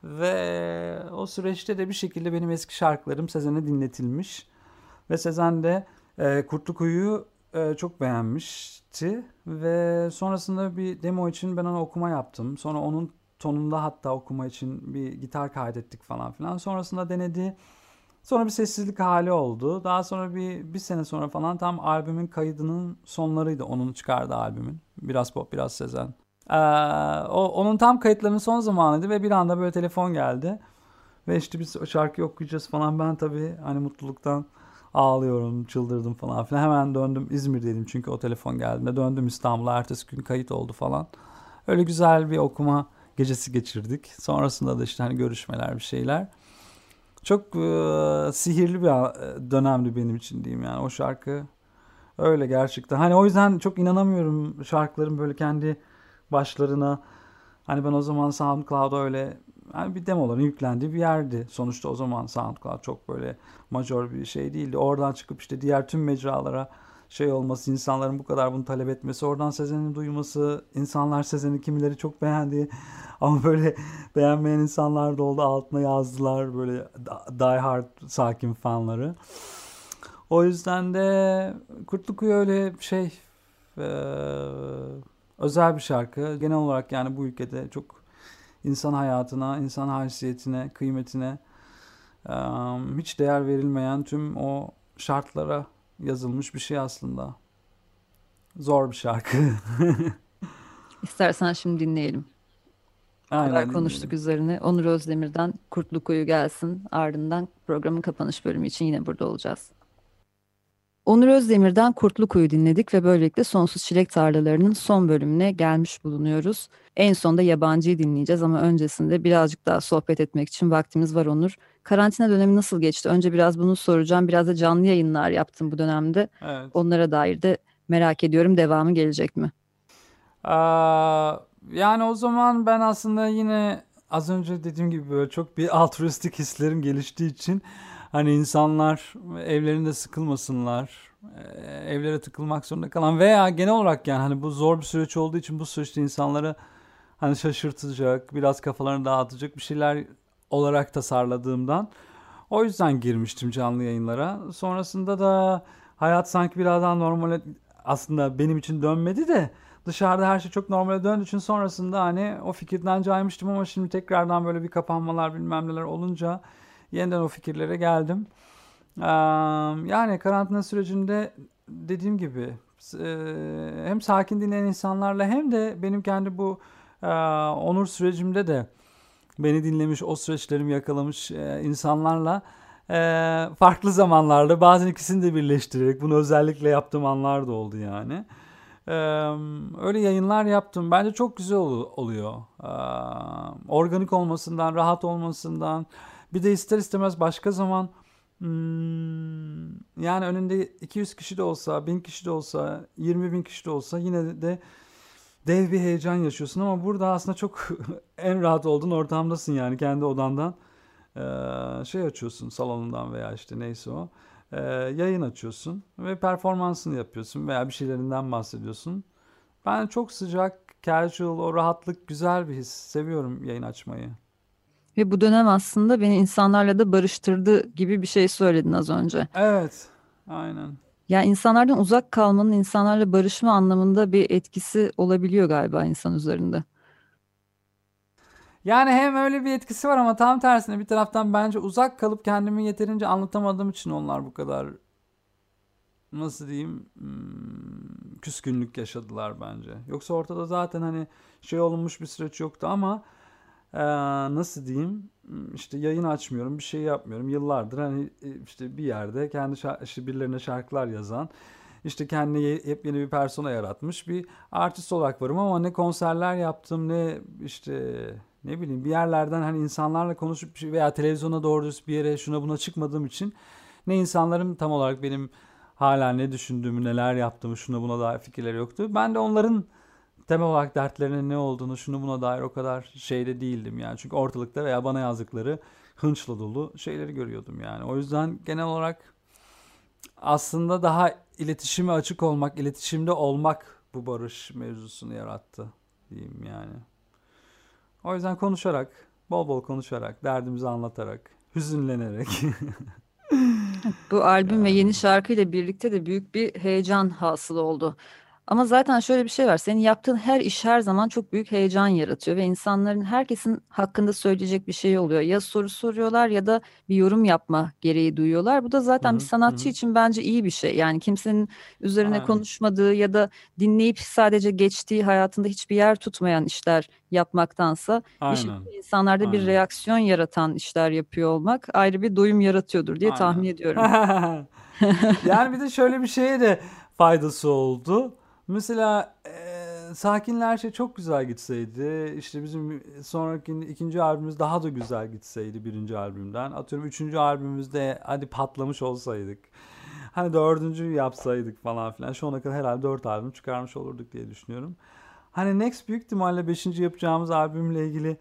Ve o süreçte de bir şekilde benim eski şarkılarım Sezen'e dinletilmiş. Ve Sezen de e, Kurtlu Kuyu'yu e, çok beğenmişti. Ve sonrasında bir demo için ben ona okuma yaptım. Sonra onun tonunda hatta okuma için bir gitar kaydettik falan filan. Sonrasında denedi. Sonra bir sessizlik hali oldu. Daha sonra bir, bir sene sonra falan tam albümün kaydının sonlarıydı. Onun çıkardığı albümün. Biraz pop, biraz Sezen. Ee, o, onun tam kayıtlarının son zamanıydı ve bir anda böyle telefon geldi. Ve işte biz o şarkıyı okuyacağız falan. Ben tabii hani mutluluktan ağlıyorum, çıldırdım falan filan. Hemen döndüm, İzmir'deydim çünkü o telefon geldiğinde. Döndüm İstanbul'a, ertesi gün kayıt oldu falan. Öyle güzel bir okuma gecesi geçirdik. Sonrasında da işte hani görüşmeler, bir şeyler. Çok e, sihirli bir a- dönemdi benim için diyeyim yani o şarkı. Öyle gerçekten. Hani o yüzden çok inanamıyorum şarkıların böyle kendi başlarına. Hani ben o zaman SoundCloud'a öyle yani bir demoların yüklendiği bir yerdi. Sonuçta o zaman SoundCloud çok böyle major bir şey değildi. Oradan çıkıp işte diğer tüm mecralara şey olması, insanların bu kadar bunu talep etmesi, oradan Sezen'in duyulması, insanlar Sezen'i kimileri çok beğendi ama böyle beğenmeyen insanlar da oldu, altına yazdılar böyle die hard sakin fanları. O yüzden de Kurtlu Kuyu öyle şey eee, özel bir şarkı. Genel olarak yani bu ülkede çok insan hayatına, insan haysiyetine, kıymetine eee, hiç değer verilmeyen tüm o şartlara yazılmış bir şey aslında. Zor bir şarkı. İstersen şimdi dinleyelim. Bu kadar Aynen konuştuk dinleyelim. üzerine. Onur Özdemir'den Kurtlu Kuyu gelsin. Ardından programın kapanış bölümü için yine burada olacağız. Onur Özdemir'den Kurtlu Kuyu dinledik ve böylelikle Sonsuz Çilek Tarlaları'nın son bölümüne gelmiş bulunuyoruz. En sonda yabancıyı dinleyeceğiz ama öncesinde birazcık daha sohbet etmek için vaktimiz var Onur. Karantina dönemi nasıl geçti? Önce biraz bunu soracağım. Biraz da canlı yayınlar yaptım bu dönemde. Evet. Onlara dair de merak ediyorum, devamı gelecek mi? Aa, yani o zaman ben aslında yine az önce dediğim gibi böyle çok bir altruistik hislerim geliştiği için hani insanlar evlerinde sıkılmasınlar, e, evlere tıkılmak zorunda kalan veya genel olarak yani hani bu zor bir süreç olduğu için bu süreçte insanları hani şaşırtacak, biraz kafalarını dağıtacak bir şeyler olarak tasarladığımdan o yüzden girmiştim canlı yayınlara. Sonrasında da hayat sanki biraz daha normale aslında benim için dönmedi de dışarıda her şey çok normale döndüğü için sonrasında hani o fikirden caymıştım ama şimdi tekrardan böyle bir kapanmalar bilmem neler olunca yeniden o fikirlere geldim. Eee, Yani karantina sürecinde dediğim gibi eee, hem sakin dinleyen insanlarla hem de benim kendi bu eee, onur sürecimde de beni dinlemiş, o süreçlerimi yakalamış eee, insanlarla eee, farklı zamanlarda bazen ikisini de birleştirerek bunu özellikle yaptığım anlar da oldu yani. Eee, Öyle yayınlar yaptım. Bence çok güzel ol- oluyor. Eee, organik olmasından, rahat olmasından. Bir de ister istemez başka zaman hmm, yani önünde iki yüz kişi de olsa, bin kişi de olsa, yirmi bin kişi de olsa yine de dev bir heyecan yaşıyorsun ama burada aslında çok en rahat olduğun ortamdasın yani kendi odandan eee, şey açıyorsun salonundan veya işte neyse o eee, yayın açıyorsun ve performansını yapıyorsun veya bir şeylerinden bahsediyorsun. Ben çok sıcak, casual, o rahatlık güzel bir his. Seviyorum yayın açmayı. Ve bu dönem aslında beni insanlarla da barıştırdı gibi bir şey söyledin az önce. Evet, aynen. Ya insanlardan uzak kalmanın insanlarla barışma anlamında bir etkisi olabiliyor galiba insan üzerinde. Yani hem öyle bir etkisi var ama tam tersine bir taraftan bence uzak kalıp kendimi yeterince anlatamadığım için onlar bu kadar nasıl diyeyim hmm, küskünlük yaşadılar bence. Yoksa ortada zaten hani şey olunmuş bir süreç yoktu ama eee, nasıl diyeyim hmm, işte yayın açmıyorum bir şey yapmıyorum yıllardır hani e, işte bir yerde kendi şa- işte birilerine şarkılar yazan işte kendine ye- yepyeni bir persona yaratmış bir artist olarak varım ama ne konserler yaptım ne işte ne bileyim bir yerlerden hani insanlarla konuşup bir şey- veya televizyona doğru düz bir yere şuna buna çıkmadığım için ne insanların tam olarak benim hala ne düşündüğümü, neler yaptığımı, şuna buna dair fikirleri yoktu. Ben de onların temel olarak dertlerinin ne olduğunu, şunu buna dair o kadar şeyde değildim yani. Çünkü ortalıkta veya bana yazdıkları hınçla dolu şeyleri görüyordum yani. O yüzden genel olarak aslında daha iletişime açık olmak, iletişimde olmak bu barış mevzusunu yarattı diyeyim yani. O yüzden konuşarak, bol bol konuşarak, derdimizi anlatarak, hüzünlenerek Bu albüm ve yani. yeni şarkıyla birlikte de büyük bir heyecan hasıl oldu. Ama zaten şöyle bir şey var. Senin yaptığın her iş her zaman çok büyük heyecan yaratıyor ve insanların herkesin hakkında söyleyecek bir şey oluyor. Ya soru soruyorlar ya da bir yorum yapma gereği duyuyorlar. Bu da Hı zaten bir hı, hı sanatçı hı. için bence iyi bir şey. Yani kimsenin üzerine Aynen, konuşmadığı ya da dinleyip sadece geçtiği hayatında hiçbir yer tutmayan işler yapmaktansa bir aynen, şekilde insanlarda bir aynen. reaksiyon yaratan işler yapıyor olmak ayrı bir doyum yaratıyordur diye tahmin Aynen. ediyorum. Yani bir de şöyle bir şeye de faydası oldu. Mesela eee Sakin'le her şey çok güzel gitseydi. İşte bizim sonraki ikinci albümümüz daha da güzel gitseydi birinci albümden. Atıyorum üçüncü albümümüzde hadi patlamış olsaydık. Hani dördüncü yapsaydık falan filan. Şu ana kadar herhalde dört albüm çıkarmış olurduk diye düşünüyorum. Hani Next büyük ihtimalle beşinci yapacağımız albümle ilgili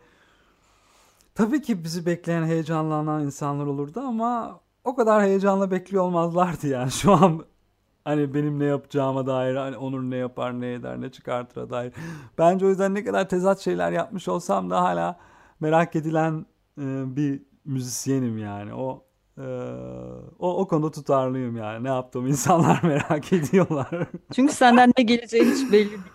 tabii ki bizi bekleyen heyecanlanan insanlar olurdu ama o kadar heyecanla bekliyor olmazlardı yani. Şu an hani benim ne yapacağıma dair, hani Onur ne yapar, ne eder, ne çıkartıra dair. Bence o yüzden ne kadar tezat şeyler yapmış olsam da hala merak edilen e, bir müzisyenim yani. O e, o o konuda tutarlıyım yani. Ne yaptığımı insanlar merak ediyorlar. Çünkü senden ne geleceği hiç belli değil.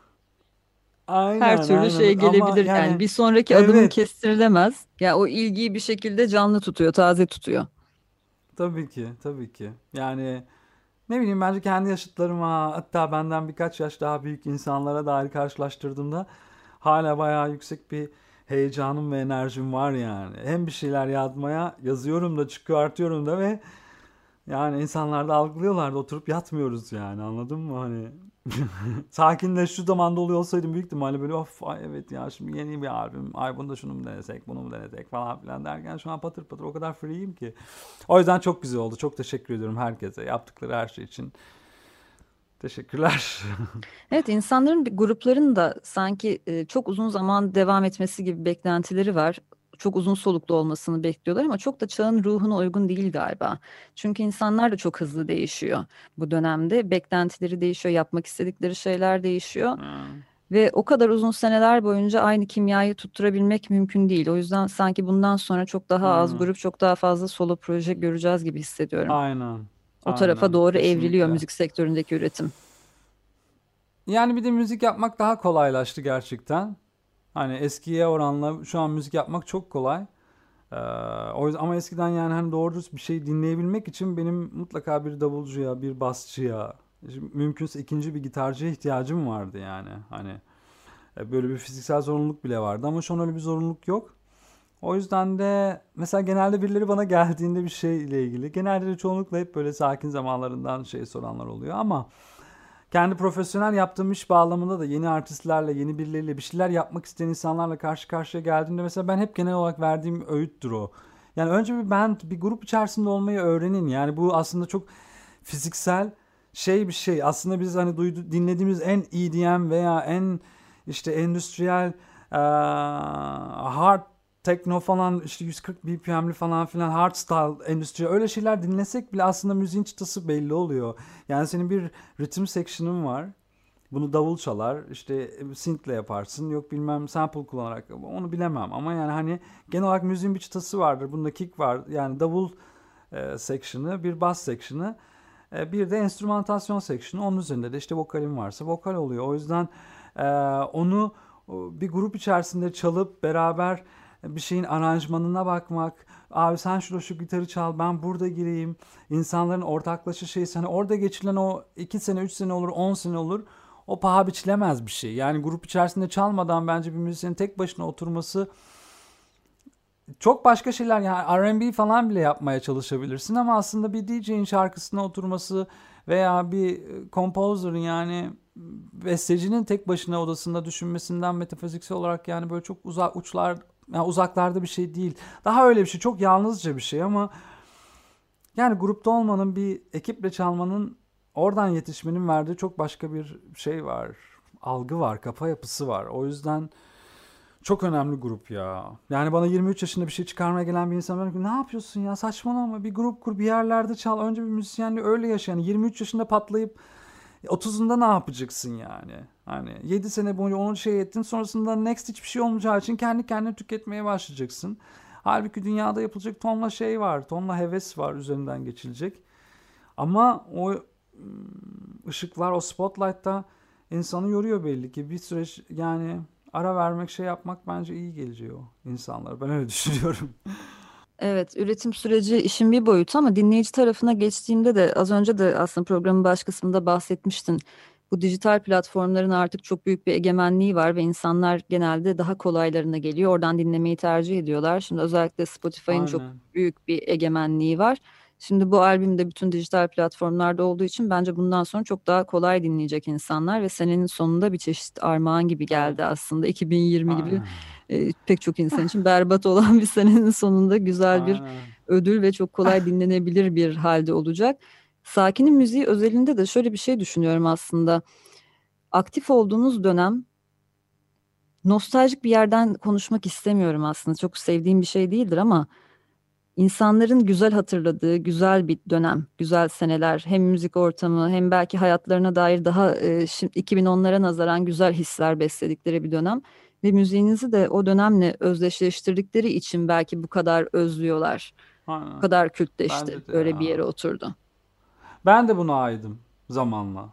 Her Aynen, türlü şey aynen. Ama gelebilir yani. yani Bir sonraki adımın evet. kestirilemez. Ya o ilgiyi bir şekilde canlı tutuyor, taze tutuyor. Tabii ki, tabii ki. Yani ne bileyim bence kendi yaşıtlarıma hatta benden birkaç yaş daha büyük insanlara dair karşılaştırdığımda hala bayağı yüksek bir heyecanım ve enerjim var yani. Hem bir şeyler yazmaya yazıyorum da çıkartıyorum da ve yani insanlar da algılıyorlar da oturup yatmıyoruz yani anladın mı hani sakinleş şu zamanda oluyor olsaydım büyük ihtimalle böyle of ay evet ya şimdi yeni bir albüm ay bunda şunu mu denesek bunu mu denesek falan filan derken şu an patır patır o kadar free'yim ki. O yüzden çok güzel oldu. Çok teşekkür ediyorum herkese yaptıkları her şey için. Teşekkürler. Evet, insanların bir grupların da sanki e, çok uzun zaman devam etmesi gibi beklentileri var. Çok uzun soluklu olmasını bekliyorlar ama çok da çağın ruhuna uygun değil galiba. Çünkü insanlar da çok hızlı değişiyor bu dönemde. Beklentileri değişiyor, yapmak istedikleri şeyler değişiyor. Ha, Ve o kadar uzun seneler boyunca aynı kimyayı tutturabilmek mümkün değil. O yüzden sanki bundan sonra çok daha az aynen. grup, çok daha fazla solo proje göreceğiz gibi hissediyorum. Aynen. O tarafa Aynen. doğru evriliyor Kesinlikle. müzik sektöründeki üretim. Yani bir de müzik yapmak daha kolaylaştı gerçekten. Hani eskiye oranla şu an müzik yapmak çok kolay. Ee, o yüzden, ama eskiden yani hani doğru dürüst bir şey dinleyebilmek için benim mutlaka bir davulcuya, bir basçıya, mümkünse ikinci bir gitarcıya ihtiyacım vardı yani. Hani e, böyle bir fiziksel zorunluluk bile vardı ama şu an öyle bir zorunluluk yok. O yüzden de mesela genelde birileri bana geldiğinde bir şeyle ilgili, genelde de çoğunlukla hep böyle sakin zamanlarından şey soranlar oluyor ama kendi profesyonel yaptığım iş bağlamında da yeni artistlerle, yeni birileriyle bir şeyler yapmak isteyen insanlarla karşı karşıya geldiğimde mesela ben hep genel olarak verdiğim öğüttür o. Yani önce bir band, bir grup içerisinde olmayı öğrenin. Yani bu aslında çok fiziksel şey bir şey. Aslında biz hani duydu, dinlediğimiz en E D M veya en işte endüstriyel eee, hard tekno falan işte yüz kırk B P M'li falan filan hardstyle endüstri öyle şeyler dinlesek bile aslında müziğin çıtası belli oluyor. Yani senin bir ritim section'ın var. Bunu davul çalar, işte synth'le yaparsın, yok bilmem sample kullanarak, onu bilemem ama yani hani genel olarak müziğin bir çıtası vardır. Bunda kick var, yani davul e, section'ı, bir bass section'ı, e, bir de enstrümantasyon section'ı. Onun üzerinde de işte vokalim varsa vokal oluyor. O yüzden e, onu bir grup içerisinde çalıp beraber bir şeyin aranjmanına bakmak. Abi sen şurada şu gitarı çal, ben burada gireyim. İnsanların ortaklaşa şeysi, hani orada geçilen o iki sene, üç sene olur, on sene olur. O paha biçilemez bir şey. Yani grup içerisinde çalmadan bence bir müzisyenin tek başına oturması, çok başka şeyler yani R and B falan bile yapmaya çalışabilirsin ama aslında bir D J'in şarkısına oturması veya bir composer'ın yani bestecinin tek başına odasında düşünmesinden metafiziksel olarak yani böyle çok uzak uçlar, yani uzaklarda bir şey değil. Daha öyle bir şey, çok yalnızca bir şey ama yani grupta olmanın, bir ekiple çalmanın, oradan yetişmenin verdiği çok başka bir şey var. Algı var, kafa yapısı var. O yüzden çok önemli grup ya. Yani bana yirmi üç yaşında bir şey çıkarmaya gelen bir insan diyor ki ne yapıyorsun ya, saçmalama, bir grup kur, bir yerlerde çal. Önce bir müzisyenliği öyle yaşa. Yani yirmi üç yaşında patlayıp otuzunda ne yapacaksın yani? Hani yedi sene boyunca onu şey ettin, sonrasında next hiçbir şey olmayacağı için kendi kendine tüketmeye başlayacaksın. Halbuki dünyada yapılacak tonla şey var, tonla heves var üzerinden geçilecek. Ama o ışıklar, o spotlight'ta insanı yoruyor belli ki. Bir süreç yani ara vermek, şey yapmak bence iyi geliyor insanlara. Ben öyle düşünüyorum. Evet, üretim süreci işin bir boyutu ama dinleyici tarafına geçtiğimde de az önce de aslında programın baş kısmında bahsetmiştin. Bu dijital platformların artık çok büyük bir egemenliği var ve insanlar genelde daha kolaylarına geliyor. Oradan dinlemeyi tercih ediyorlar. Şimdi özellikle Spotify'ın çok Aynen. büyük bir egemenliği var. Şimdi bu albüm de bütün dijital platformlarda olduğu için bence bundan sonra çok daha kolay dinleyecek insanlar ve senenin sonunda bir çeşit armağan gibi Evet. geldi aslında. iki bin yirmi gibi Aynen. e, pek çok insan için berbat olan bir senenin sonunda güzel bir Aynen. ödül ve çok kolay dinlenebilir bir halde olacak. Sakin'in müziği özelinde de şöyle bir şey düşünüyorum aslında. Aktif olduğunuz dönem, nostaljik bir yerden konuşmak istemiyorum aslında. Çok sevdiğim bir şey değildir ama insanların güzel hatırladığı güzel bir dönem, güzel seneler, hem müzik ortamı hem belki hayatlarına dair daha e, şimdi iki bin onlara nazaran güzel hisler besledikleri bir dönem ve müziğinizi de o dönemle özdeşleştirdikleri için belki bu kadar özlüyorlar. Bu Aynen. kadar kültleşti, Bence de böyle bir ya. yere oturdu. Ben de buna aydım zamanla.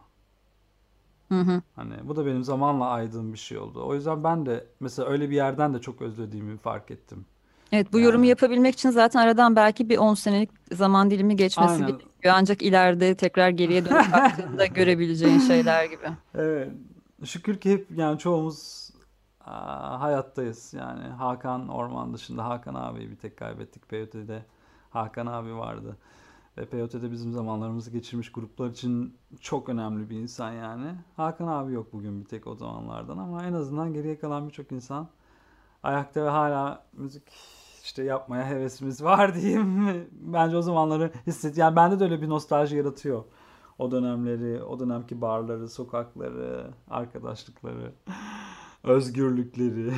Hı hı. Hani bu da benim zamanla aydığım bir şey oldu. O yüzden ben de mesela öyle bir yerden de çok özlediğimi fark ettim. Evet, bu yorumu Yani yapabilmek için zaten aradan belki bir on senelik zaman dilimi geçmesi aynen. gerekiyor. Ancak ileride tekrar geriye dönüp baktığında görebileceğin şeyler gibi. Evet. Şükür ki hep yani çoğumuz aa, hayattayız. Yani Hakan Orman dışında Hakan abiyi bir tek kaybettik. P O T'de Hakan abi vardı. Ve P O T'de bizim zamanlarımızı geçirmiş gruplar için çok önemli bir insan yani. Hakan abi yok bugün bir tek o zamanlardan ama en azından geriye kalan birçok insan ayakta ve hala müzik işte yapmaya hevesimiz var diyeyim. Bence o zamanları hisset. Yani bende de öyle bir nostalji yaratıyor. O dönemleri, o dönemki barları, sokakları, arkadaşlıkları, özgürlükleri.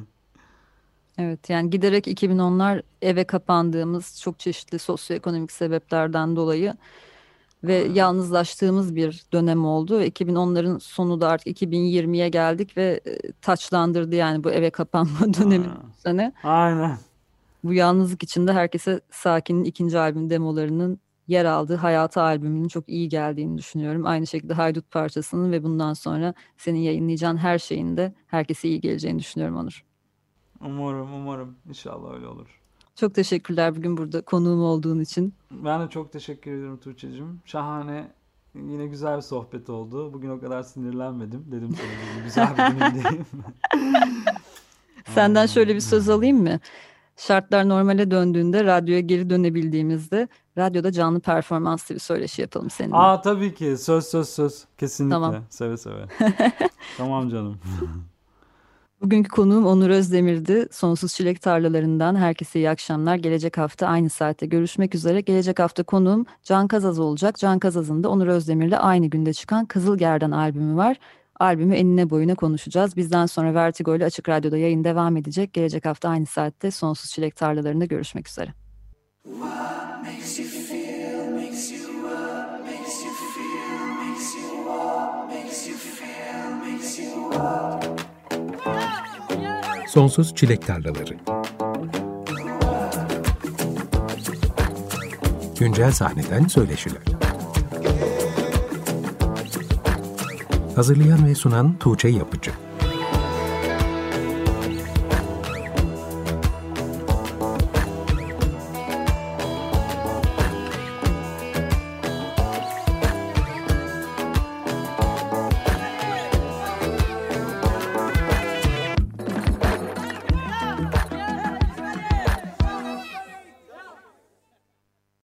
Evet, yani giderek iki bin onlar eve kapandığımız çok çeşitli sosyoekonomik sebeplerden dolayı ve Aynen. yalnızlaştığımız bir dönem oldu. Ve iki bin onların sonu da artık iki bin yirmiye geldik ve e, taçlandırdı yani bu eve kapanma dönemini Aynen. bu sene. Aynen. Bu yalnızlık içinde herkese Sakin'in ikinci albüm demolarının yer aldığı Hayata albümünün çok iyi geldiğini düşünüyorum. Aynı şekilde Haydut parçasının ve bundan sonra senin yayınlayacağın her şeyin de herkese iyi geleceğini düşünüyorum Onur. Umarım, umarım. İnşallah öyle olur. Çok teşekkürler bugün burada konuğum olduğun için. Ben de çok teşekkür ediyorum Tuğçe'cim. Şahane, yine güzel bir sohbet oldu. Bugün o kadar sinirlenmedim. Dedim sana bugün güzel bir günümdeyim. Senden şöyle bir söz alayım mı? Şartlar normale döndüğünde, radyoya geri dönebildiğimizde radyoda canlı performanslı bir söyleşi yapalım seninle. Aa tabii ki. Söz söz söz. Kesinlikle. Tamam. Seve seve. Tamam canım. Bugünkü konuğum Onur Özdemir'di. Sonsuz Çilek Tarlalarından herkese iyi akşamlar. Gelecek hafta aynı saatte görüşmek üzere. Gelecek hafta konuğum Can Kazaz olacak. Can Kazaz'ın da Onur Özdemir'le aynı günde çıkan Kızılgerdan albümü var. Albümü enine boyuna konuşacağız. Bizden sonra Vertigo ile Açık Radyo'da yayın devam edecek. Gelecek hafta aynı saatte Sonsuz Çilek Tarlalarında görüşmek üzere. Makes you feel, makes you up, makes you feel, makes you up, makes you feel, makes you up. Sonsuz Çilek Tarlaları. Güncel sahneden söyleşiler. Hazırlayan ve sunan Tuğçe Yapıcı.